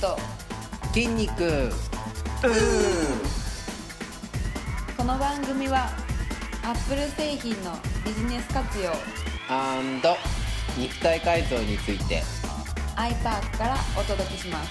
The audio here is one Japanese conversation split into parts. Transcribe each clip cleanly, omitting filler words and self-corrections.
と筋肉この番組はアップル製品のビジネス活用肉体改造について iPark からお届けします。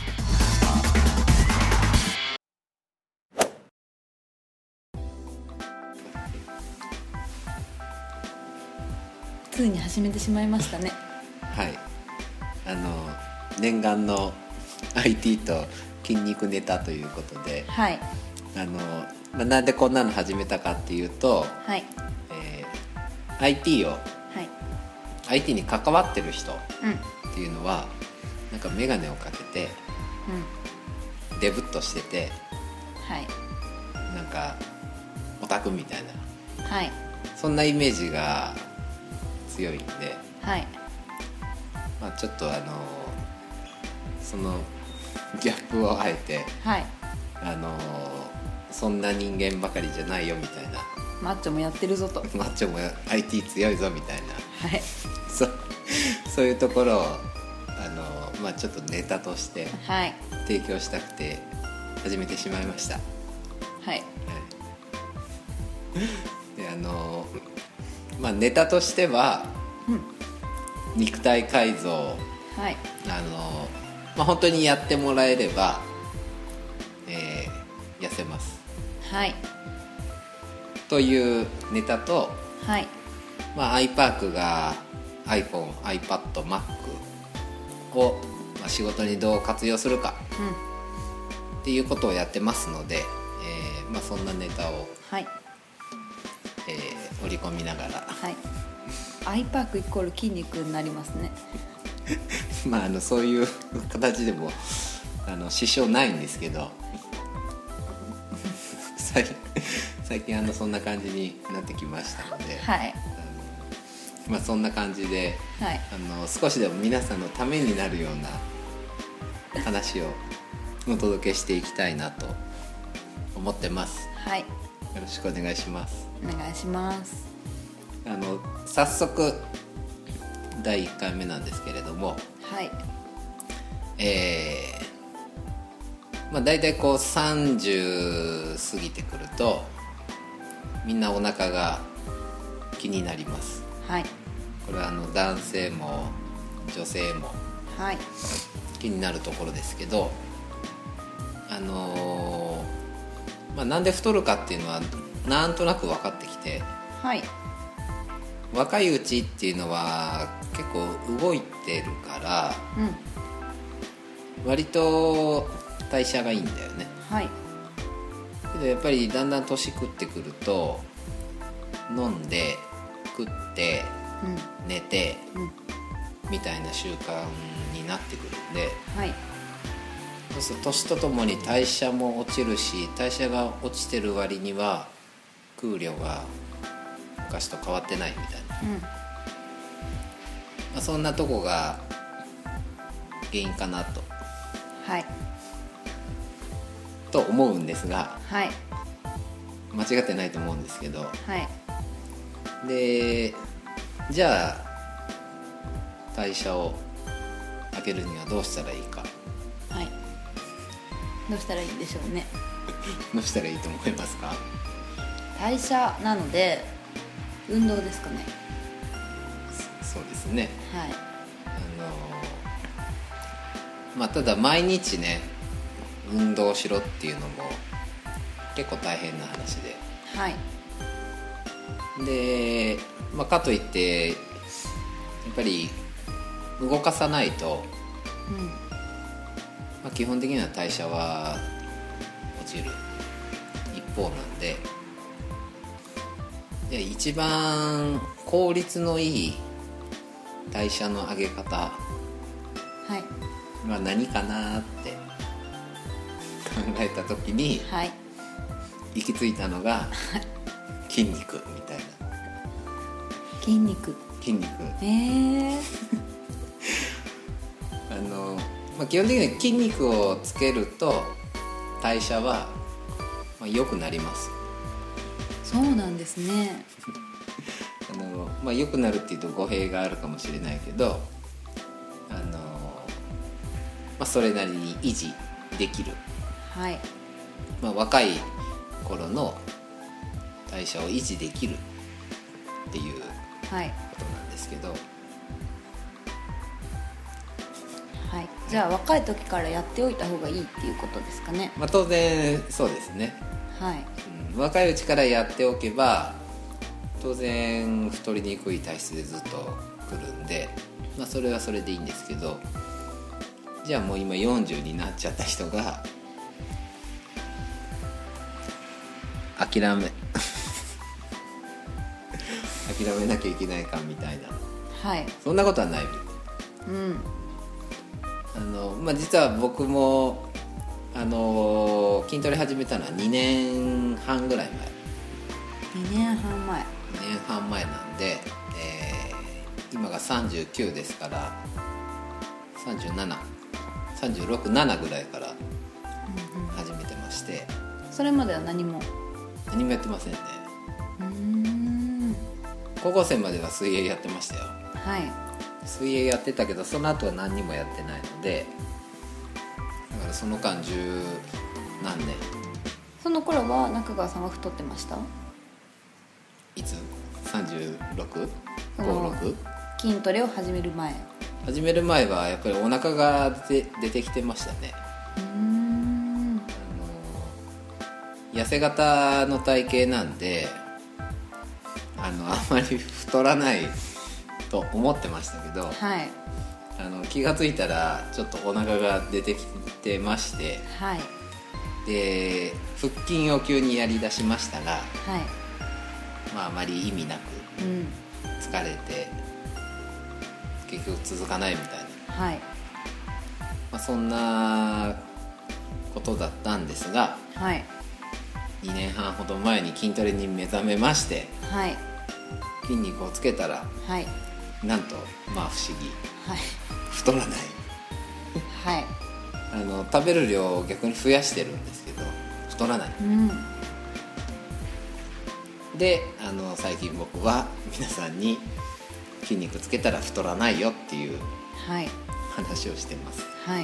ついに始めてしまいましたね。 はい、念願の IT と筋肉ネタということで、 はい、 なんでこんなの始めたかっていうと、 はい、 IT を、 はい、 IT に関わってる人っうんていうのはなんか眼鏡をかけてうんデブッとしてて、 はい、 なんかオタクみたいな、 はい、 そんなイメージが強いんで、 はい、 ちょっとそのギャップをあえて、 はい、 そんな人間ばかりじゃないよみたいな、 マッチョもやってるぞと、 マッチョも IT 強いぞみたいな、 はい、 そういうところをちょっとネタとしてはい、 提供したくて始めてしまいました。 はい、 でネタとしては、肉体改造、 はい、 本当にやってもらえれば、痩せますはい、 というネタと、 はい、 iPark が iPhone、iPad、Mac を、仕事にどう活用するかっていうことをやってますので、そんなネタを、 はい、 織り込みながら、 はい、iPark イコール筋肉になりますね。 そういう形でも支障ないんですけど最近そんな感じになってきましたので、 はい、 そんな感じで、 はい、 少しでも皆さんのためになるような話をお届けしていきたいなと思ってます。 はい、 よろしくお願いします。 お願いします。 早速第1回目なんですけれども、 はい、 だいたいこう30過ぎてくるとみんなお腹が気になります。 はい、 これは男性も女性もはい、 気になるところですけど、なんで太るかっていうのはなんとなく分かってきて、 はい、 若いうちっていうのは結構動いてるから、割と代謝がいいんだよね。 はい、 けどやっぱりだんだん年食ってくると飲んで食って寝てみたいな習慣になってくるんで、 はい、 そうすると年とともに代謝も落ちるし、代謝が落ちてる割には食う量が昔と変わってないみたいな、そんなとこが原因かなはい、 と思うんですが、 はい、 間違ってないと思うんですけど、 はい、 でじゃあ代謝を上げるにはどうしたらいいか、 はい、どうしたらいいんでしょうね。 どうしたらいいと思いますか？ 代謝なので運動ですかね。 そうですね。 はい。 ただ毎日ね運動しろっていうのも結構大変な話で、 はい。 で、かといってやっぱり動かさないと、基本的には代謝は落ちる一方なんで、一番効率のいい代謝の上げ方は何かなって考えた時に、 はい、 行き着いたのが筋肉みたいな。 筋肉。 基本的に筋肉をつけると代謝は良くなります。 そうなんですね。 良くなるっていうと語弊があるかもしれないけど、 それなりに維持できる、 はい、 若い頃の代謝を維持できるっていうことなんですけど、 はい、じゃあ若い時からやっておいた方がいいっていうことですかね。 当然そうですね、 はい、 若いうちからやっておけば当然太りにくい体質でずっと来るんで、それはそれでいいんですけど、じゃあもう今40になっちゃった人が諦めなきゃいけないかみたいな、 はい、 そんなことはない。実は僕も筋トレ始めたのは2年半ぐらい前。 2年半前。 2年半前なんで、今が39ですから37、7ぐらいから始めてまして、 それまでは何もやってませんね。高校生までは水泳やってましたよ。 はい、 水泳やってたけどその後は何にもやってないので、だからその間十何年。 その頃は中川さんは太ってました？ いつ 36?56? 筋トレを始める前はやっぱりお腹が出てきてましたね。痩せ型の体型なんであまり太らないと思ってましたけど、 はい、 気がついたらちょっとお腹が出てきてまして、 はい、 で腹筋を急にやりだしましたが、 はい、 あまり意味なく疲れて、結局続かないみたいな、 はい、 そんなことだったんですが、 はい、 2年半ほど前に筋トレに目覚めまして、 はい、 筋肉をつけたら、 はい、 なんと不思議、 はい、 太らない、 はい、 食べる量を逆に増やしてるんですけど太らない、で最近僕は皆さんに筋肉つけたら太らないよっていう話をしてます。 はい、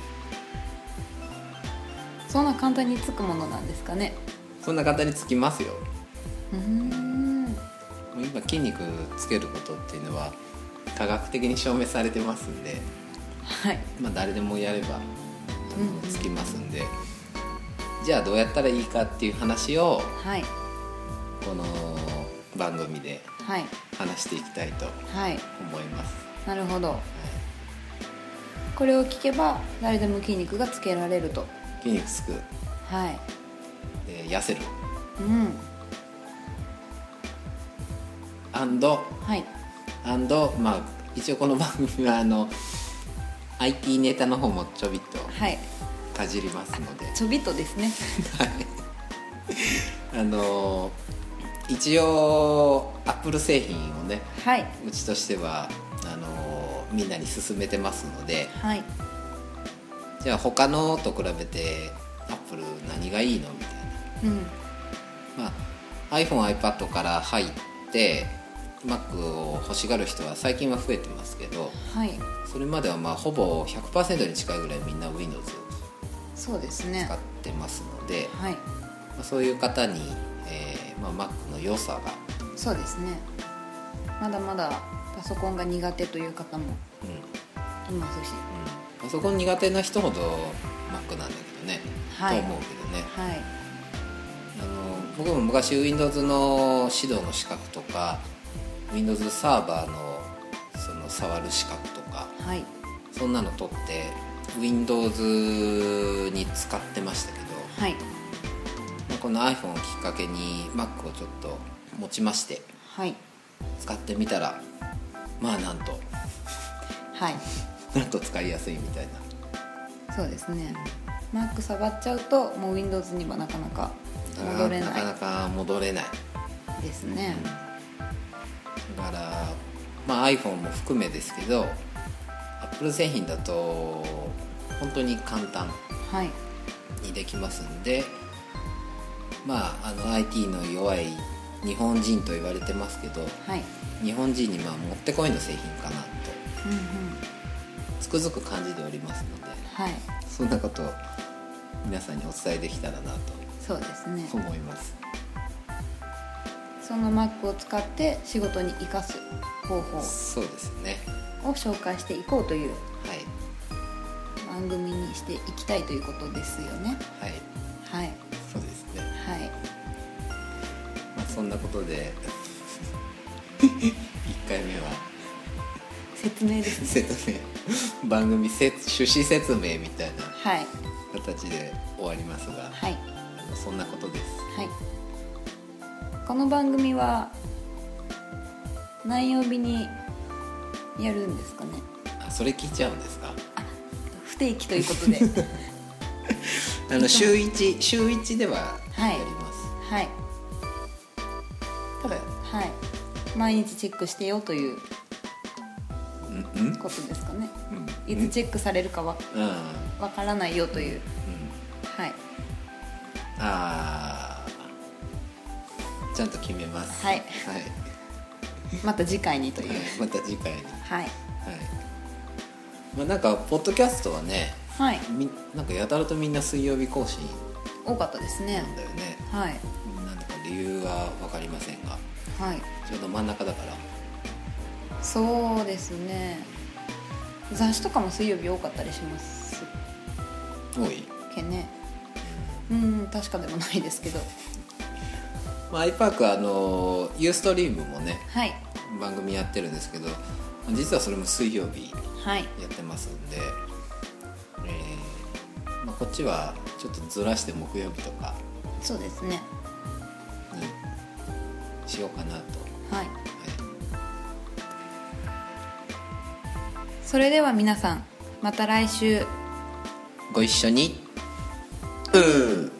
そんな簡単につくものなんですかね？ そんな簡単につきますよ。今筋肉つけることっていうのは科学的に証明されてますんで、 はい、 誰でもやればつきますんで、じゃあどうやったらいいかっていう話を、 はい、 この番組ではい、 話していきたいと思います。 なるほど、これを聞けば誰でも筋肉がつけられると。 筋肉つく、 はい、 で痩せる、 はい、 一応この番組はIT ネタの方もちょびっとはいかじりますので、 ちょびっとですね一応アップル製品をね、 はい、 うちとしてはみんなに勧めてますので、 はい、 じゃあ他のと比べてアップル何がいいのみたいな、iPhone、iPad から入って Mac を欲しがる人は最近は増えてますけど、 はい、 それまではほぼ 100% に近いぐらいみんな Windows そうですね使ってますので、 はい、 そういう方に、Mac の良さが、 そうですね、まだまだパソコンが苦手という方もいますし、 パソコン苦手な人ほど Mac なんだけどね、 はい、 と思うけどね、 はい、 僕も昔 Windows の指導の資格とか Windows サーバーのその触る資格とか、 はい、 そんなの取って Windows に使ってましたけど、 はい、 この iPhone をきっかけに Mac をちょっと持ちまして、 はい、 使ってみたらなんと、 はい、 なんと使いやすいみたいな。 そうですね、Mac 触っちゃうともう Windows にはなかなか戻れない、 なかなか戻れないですね、 だから、iPhone も含めですけど Apple 製品だと本当に簡単にできますんで、IT の弱い日本人と言われてますけど、 はい、 日本人にもってこいの製品かなと、 つくづく感じておりますので、 はい、 そんなことを皆さんにお伝えできたらなとそうですね。 思います。 その Mac を使って仕事に生かす方法そうですね。 を紹介していこうというはい番組にしていきたいということですよね。 はいはいそうですね。 はいまあ、そんなことで1回目は説明ですね。 説明番組趣旨説明みたいなはい形で終わりますが、 はいそんなことです。 はい。この番組は何曜日にやるんですかね。 あ、それ聞いちゃうんですか。 不定期ということで週1でははいやります。 はい。ただはい毎日チェックしてよということですかね。いつチェックされるかわからないよという、はいちゃんと決めます。 はいはい、 また次回にというまた次回に。 はいはい。まあなんかポッドキャストはね、 はいなんかやたらとみんな水曜日更新多かったですね。 なんだよね。 はいなんだか理由は分かりませんが、 はいちょうど真ん中だから。 そうですね。雑誌とかも水曜日多かったりします多い。 けね。うん確かでもないですけど。 まあ、iPark はユーストリームもねはい番組やってるんですけど、実はそれも水曜日はいやってますんで、まあ、こっちはちょっとずらして木曜日とかそうですね。 にしようかなと。 はいはい、 それでは皆さんまた来週ご一緒に。